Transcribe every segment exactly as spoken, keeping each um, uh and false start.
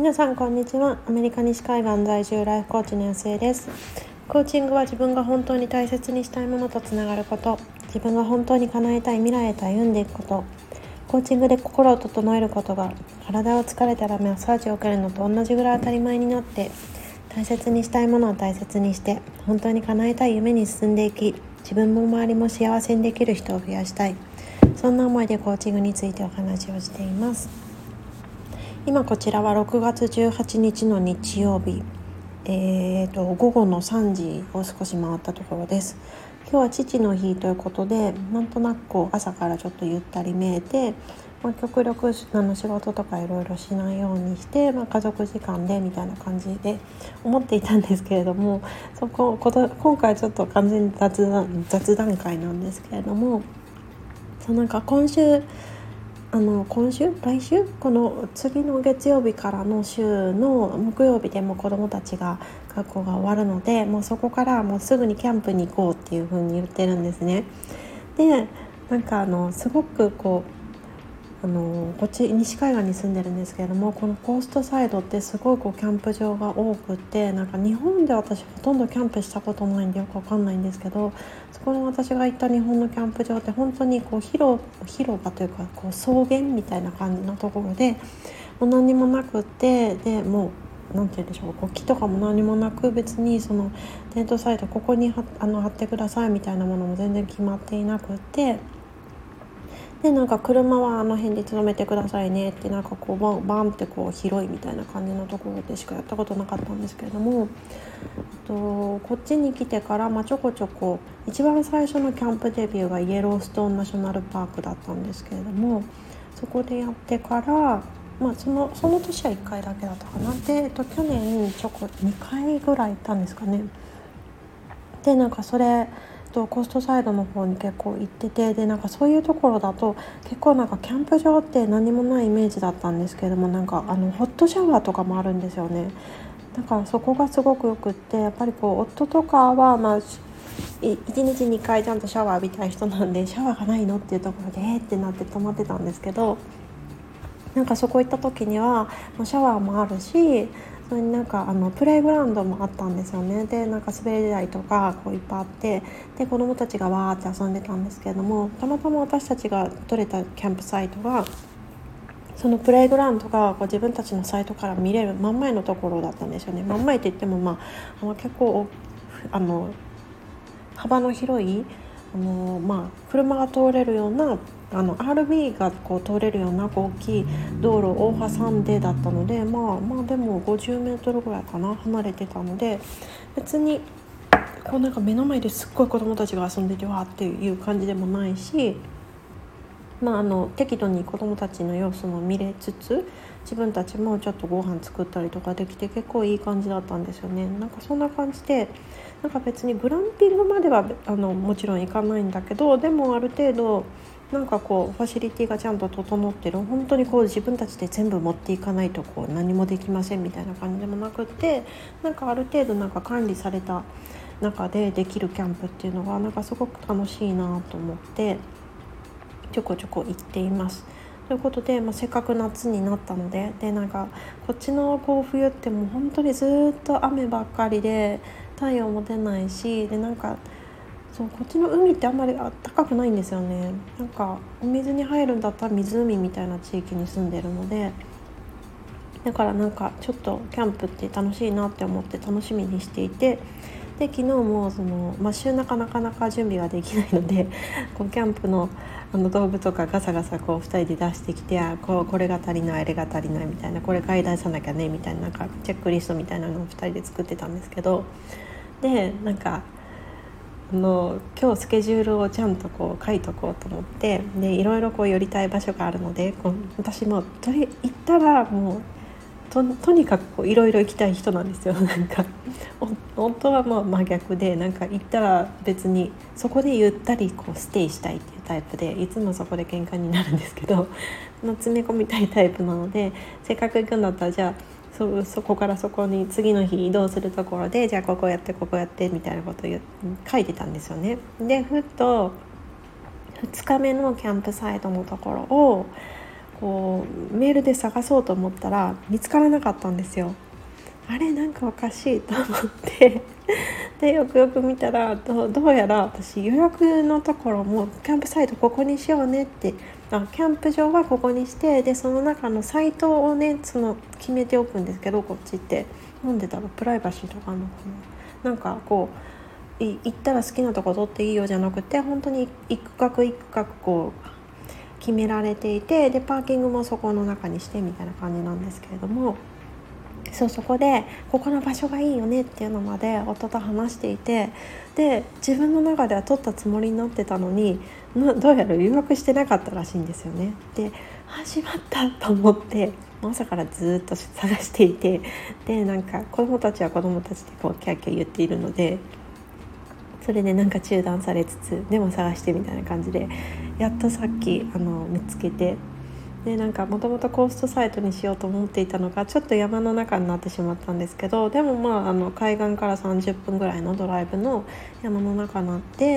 皆さんこんにちは。アメリカ西海岸在住ライフコーチの安江です。コーチングは自分が本当に大切にしたいものとつながること、自分が本当に叶えたい未来へと歩んでいくこと、コーチングで心を整えることが体を疲れたらマッサージを受けるのと同じぐらい当たり前になって、大切にしたいものを大切にして本当に叶えたい夢に進んでいき、自分も周りも幸せにできる人を増やしたい、そんな思いでコーチングについてお話をしています。今こちらはろくがつじゅうはちにちの日曜日、えー、と午後のさんじを少し回ったところです。今日は父の日ということで、なんとなくこう朝からちょっとゆったりめいて、まあ、極力あの仕事とかいろいろしないようにして、まあ、家族時間でみたいな感じで思っていたんですけれども、そここと今回ちょっと完全に雑談、雑談会なんですけれども、そうなんか今週あの今週来週この次の月曜日からの週の木曜日でも子どもたちが学校が終わるので、もうそこからもうすぐにキャンプに行こうっていう風に言ってるんですね。でなんかあのすごくこうあのこっち西海岸に住んでるんですけれども、このコーストサイドってすごいこうキャンプ場が多くて、なんか日本で私ほとんどキャンプしたことないんでよくわかんないんですけど、そこの私が行った日本のキャンプ場って本当にこう 広, 広場というかこう草原みたいな感じのところで、もう何もなくって、でもうなんて言うんでしょう、こう木とかも何もなく、別にそのテントサイドここにはあの張ってくださいみたいなものも全然決まっていなくって、でなんか車はあの辺で止めてくださいねって、なんかこうバンバンってこう広いみたいな感じのところでしかやったことなかったんですけれども、とこっちに来てから、まあ、ちょこちょこ一番最初のキャンプデビューがイエローストーンナショナルパークだったんですけれども、そこでやってから、まあ、そのその年はいっかいだけだったかな。で、えっと、去年ちょこにかいぐらい行ったんですかね。でなんかそれとコーストサイドの方に結構行ってて、でなんかそういうところだと結構なんかキャンプ場って何もないイメージだったんですけれども、なんかあのホットシャワーとかもあるんですよね。だからそこがすごくよくって、やっぱりこう夫とかはまあいちにちにかいちゃんとシャワー浴びたい人なんで、シャワーがないのっていうところでえーってなって泊まってたんですけど、なんかそこ行った時にはシャワーもあるし、それになんかあのプレイグラウンドもあったんですよね。でなんか滑り台とかこういっぱいあって、で子どもたちがわーって遊んでたんですけれども、たまたま私たちが取れたキャンプサイトがそのプレイグラウンドがこう自分たちのサイトから見れる真ん前のところだったんですよね。真ん前って言っても、まあ、あの結構あの幅の広いあの、まあ、車が通れるようなあの アールビー がこう通れるような大きい道路を挟んでだったので、まあまあでもごじゅうメートルぐらいかな離れてたので、別にこうなんか目の前ですっごい子どもたちが遊んでてわーっていう感じでもないし、まあ、あの適度に子どもたちの様子も見れつつ、自分たちもちょっとご飯作ったりとかできて結構いい感じだったんですよね。なんかそんな感じで、なんか別にグランピングまではあのもちろん行かないんだけど、でもある程度なんかこうファシリティがちゃんと整ってる、本当にこう自分たちで全部持っていかないとこう何もできませんみたいな感じでもなくって、なんかある程度なんか管理された中でできるキャンプっていうのがなんかすごく楽しいなと思ってちょこちょこ行っています。ということで、まあ、せっかく夏になったので、でなんかこっちのこう冬ってもう本当にずっと雨ばっかりで太陽も出ないし、でなんかそうこっちの海ってあんまりあったかくないんですよね。なんかお水に入るんだったら湖みたいな地域に住んでるので、だからなんかちょっとキャンプって楽しいなって思って楽しみにしていて、で昨日もその、まあ、週中なかなか準備ができないのでこうキャンプの、あの道具とかガサガサこうふたりで出してきて、あこうこれが足りないあれが足りないみたいな、これ買い出さなきゃねみたいな、なんかチェックリストみたいなのをふたりで作ってたんですけど、でなんかあの今日スケジュールをちゃんとこう書いとこうと思って、でいろいろこう寄りたい場所があるので、こう私もとり行ったらもう と, とにかくいろいろ行きたい人なんですよ。なんか夫はまあ真逆で、なんか行ったら別にそこでゆったりこうステイしたいっていうタイプで、いつもそこで喧嘩になるんですけど詰め込みたいタイプなので、せっかく行くんだったらじゃあ そ, そこからそこに次の日移動するところで、じゃあここやってここやってみたいなことを書いてたんですよね。でふっとふつかめのキャンプサイトのところをこうメールで探そうと思ったら見つからなかったんですよ。あれなんかおかしいと思ってでよくよく見たら ど, どうやら私予約のところもキャンプサイトここにしようねってあキャンプ場はここにしてでその中のサイトをねその決めておくんですけど、こっちってなんでだろう、プライバシーとかあるのかな、なんかこうい行ったら好きなとこ取っていいよじゃなくて本当に一区画一区画こう決められていて、でパーキングもそこの中にしてみたいな感じなんですけれども、そうそこでここの場所がいいよねっていうのまで夫と話していて、で自分の中では取ったつもりになってたのにどうやら予約してなかったらしいんですよね。で始まったと思って朝からずっと探していて、でなんか子供たちは子供たちでこうキャーキャー言っているので、それでなんか中断されつつでも探してみたいな感じでやっとさっきあの見つけて、でなんかもともとコーストサイトにしようと思っていたのがちょっと山の中になってしまったんですけど、でもまああの海岸からさんじゅっぷんぐらいのドライブの山の中になって、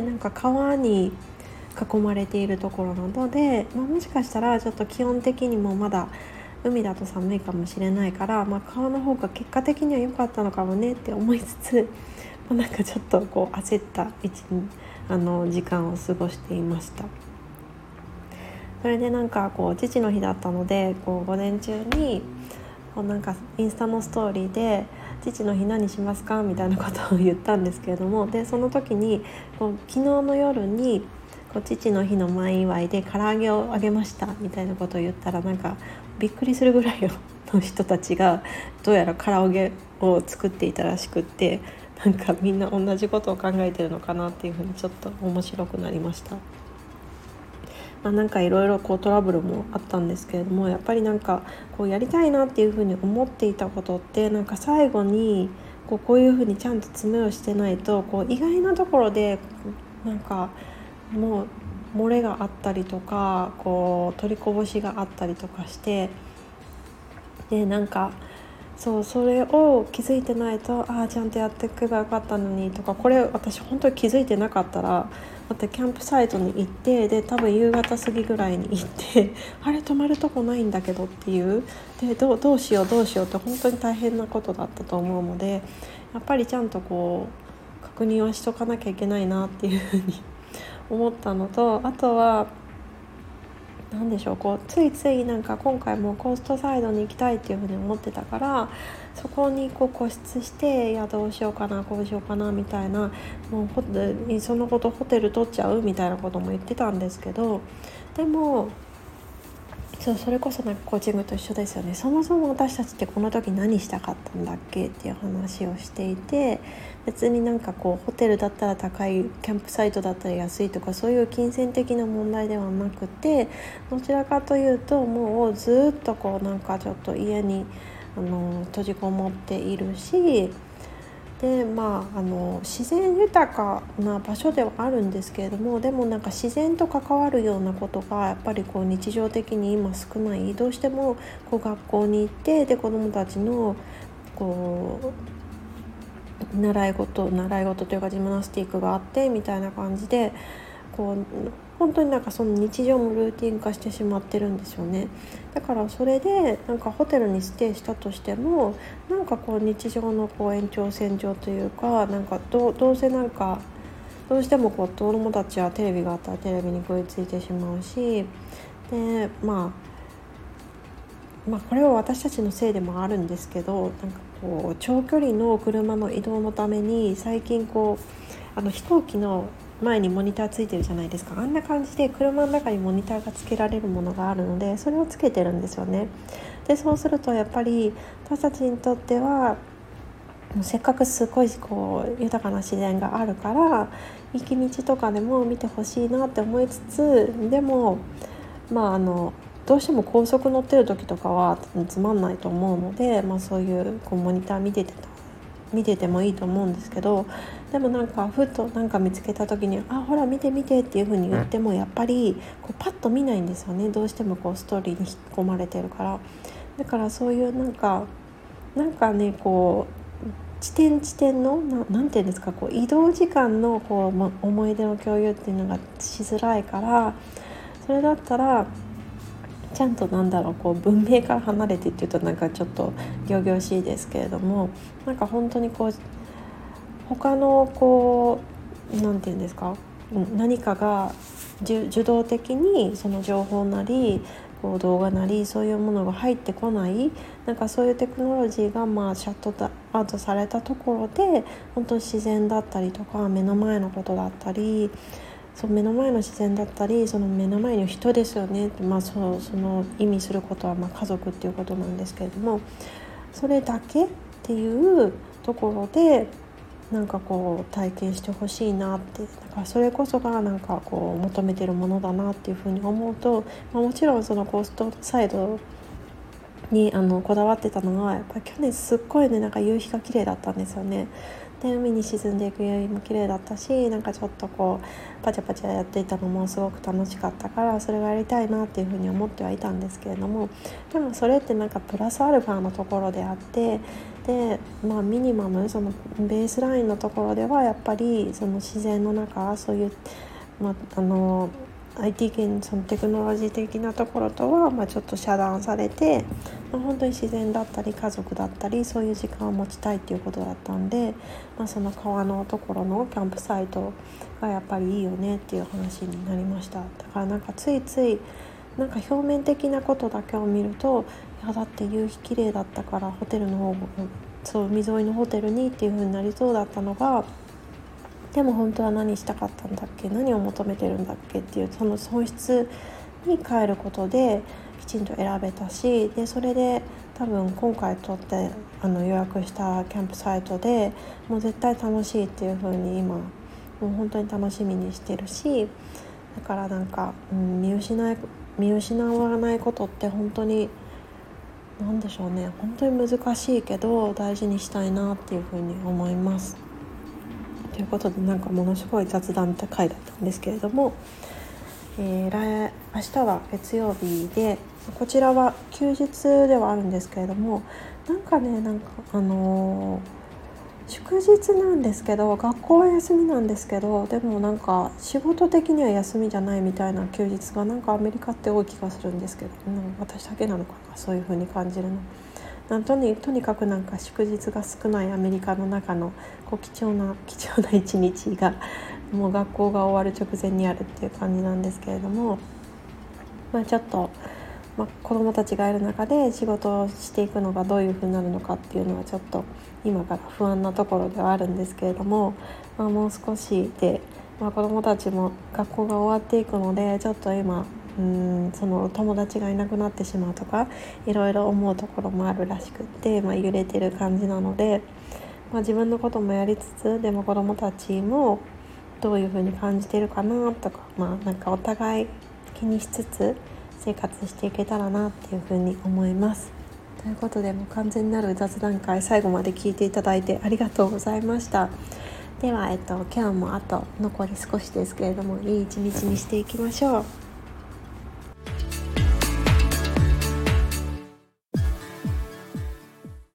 なんか川に囲まれているところなので、まあ、もしかしたらちょっと気温的にもまだ海だと寒いかもしれないから、まあ、川の方が結果的には良かったのかもねって思いつつ、まあ、なんかちょっとこう焦った一あの時間を過ごしていました。それでなんかこう父の日だったので、こう午前中にこうなんかインスタのストーリーで父の日何しますかみたいなことを言ったんですけれども、でその時にこう昨日の夜にこう父の日の前祝いで唐揚げをあげましたみたいなことを言ったら、なんかびっくりするぐらいの人たちがどうやら唐揚げを作っていたらしくって、なんかみんな同じことを考えてるのかなっていうふうにちょっと面白くなりました。まあ、なんかいろいろこうトラブルもあったんですけれども、やっぱりなんかこうやりたいなっていうふうに思っていたことって、なんか最後にこうこういうふうにちゃんと詰めをしてないと、こう意外なところでなんかもう漏れがあったりとか、こう取りこぼしがあったりとかして、でなんかそうそれを気づいてないと、ああちゃんとやっていけばよかったのにとか、これ私本当に気づいてなかったらまたキャンプサイトに行って、で多分夕方過ぎぐらいに行ってあれ泊まるとこないんだけどっていう、で どう、どうしようどうしようって本当に大変なことだったと思うので、やっぱりちゃんとこう確認はしとかなきゃいけないなっていうふうに思ったのと、あとはなんでしょう、こうついついなんか今回もコーストサイドに行きたいっていうふうに思ってたから、そこにこう固執して、いやどうしようかなこうしようかなみたいな、もうほそのことホテル取っちゃうみたいなことも言ってたんですけど、でもそうそれこそなんかコーチングと一緒ですよね。そもそも私たちってこの時何したかったんだっけっていう話をしていて、別になんかこうホテルだったら高い、キャンプサイトだったら安いとかそういう金銭的な問題ではなくて、どちらかというともうずっとこうなんかちょっと家にあの閉じこもっているし、でまあ、あの自然豊かな場所ではあるんですけれども、でもなんか自然と関わるようなことがやっぱりこう日常的に今少ない。どうしてもこう学校に行って、で子どもたちのこう習い事習い事というかジムナスティックがあってみたいな感じで、こう本当になんかその日常もルーティン化してしまってるんですよね。だからそれでなんかホテルにステイしたとしても、なんかこう日常のこう延長線上というか、なんか ど, どうせなんかどうしてもこう子供たちはテレビがあったらテレビに食いついてしまうし、でまあまあこれは私たちのせいでもあるんですけど、なんかこう長距離の車の移動のために最近こうあの飛行機の前にモニターついてるじゃないですか。あんな感じで車の中にモニターがつけられるものがあるので、それをつけてるんですよね。でそうするとやっぱり私たちにとってはせっかくすごいこう豊かな自然があるから、行き道とかでも見てほしいなって思いつつ、でもまああのどうしても高速乗ってる時とかはつまんないと思うので、まあ、そういうこうモニター見てて見ててもいいと思うんですけど、でもなんかふっとなんか見つけた時に、あほら見て見てっていう風に言ってもやっぱりこうパッと見ないんですよね。どうしてもこうストーリーに引き込まれてるから。だからそういうなんかなんかねこう地点地点の な, なんていうんですか、こう移動時間のこう、ま、思い出の共有っていうのがしづらいから、それだったらちゃんとなんだろうこう文明から離れてっていうとなんかちょっと仰々しいですけれども、なんか本当にこう他のこうなんていうんですか、何かが受動的にその情報なりこう動画なりそういうものが入ってこない、なんかそういうテクノロジーがまあシャットアウトされたところで本当に自然だったりとか目の前のことだったり、その目の前の自然だったりその目の前の人ですよね、まあ、そうその意味することはまあ家族っていうことなんですけれども、それだけっていうところでなんかこう体験してほしいなって、だからそれこそがなんかこう求めてるものだなっていうふうに思うと、まあ、もちろんそのコストサイドにあのこだわってたのはやっぱり去年すっごいねなんか夕日が綺麗だったんですよね。で海に沈んでいく夕日も綺麗だったし、なんかちょっとこうパチャパチャやっていたのもすごく楽しかったから、それがやりたいなっていうふうに思ってはいたんですけれども、でもそれってなんかプラスアルファのところであって、でまあミニマムそのベースラインのところではやっぱりその自然の中そういう、まあ、あの アイティー 圏そのテクノロジー的なところとはまあちょっと遮断されて、まあ、本当に自然だったり家族だったりそういう時間を持ちたいっていうことだったんで、まあ、その川のところのキャンプサイトがやっぱりいいよねっていう話になりました。だからなんかついついなんか表面的なことだけを見ると、いやだって夕日綺麗だったからホテルの方もそう海沿いのホテルにっていう風になりそうだったのが、でも本当は何したかったんだっけ、何を求めてるんだっけっていうその本質に変えることできちんと選べたし、でそれで多分今回取ってあの予約したキャンプサイトでもう絶対楽しいっていう風に今もう本当に楽しみにしてるし、だからなんか、うん、見失い見失わないことって本当に何でしょうね、本当に難しいけど大事にしたいなっていうふうに思います。ということでなんかものすごい雑談って回だったんですけれども、えー、来明日は月曜日でこちらは休日ではあるんですけれども、なんかねなんかあのー祝日なんですけど学校は休みなんですけど、でもなんか仕事的には休みじゃないみたいな休日がなんかアメリカって多い気がするんですけど、なんか私だけなのかなそういう風に感じるの。なんとにとにかくなんか祝日が少ないアメリカの中のこう貴重な貴重な一日がもう学校が終わる直前にあるっていう感じなんですけれども、まあちょっとまあ、子どもたちがいる中で仕事をしていくのがどういう風になるのかっていうのはちょっと今から不安なところではあるんですけれども、まあ、もう少しで、まあ、子どもたちも学校が終わっていくのでちょっと今うーんその友達がいなくなってしまうとかいろいろ思うところもあるらしくって、まあ、揺れてる感じなので、まあ、自分のこともやりつつでも子どもたちもどういう風に感じてるかなとか、まあ、なんかお互い気にしつつ生活していけたらなっていうふうに思います。ということでもう完全なる雑談会最後まで聞いていただいてありがとうございました。では、えっと、今日もあと残り少しですけれどもいい一日にしていきましょう。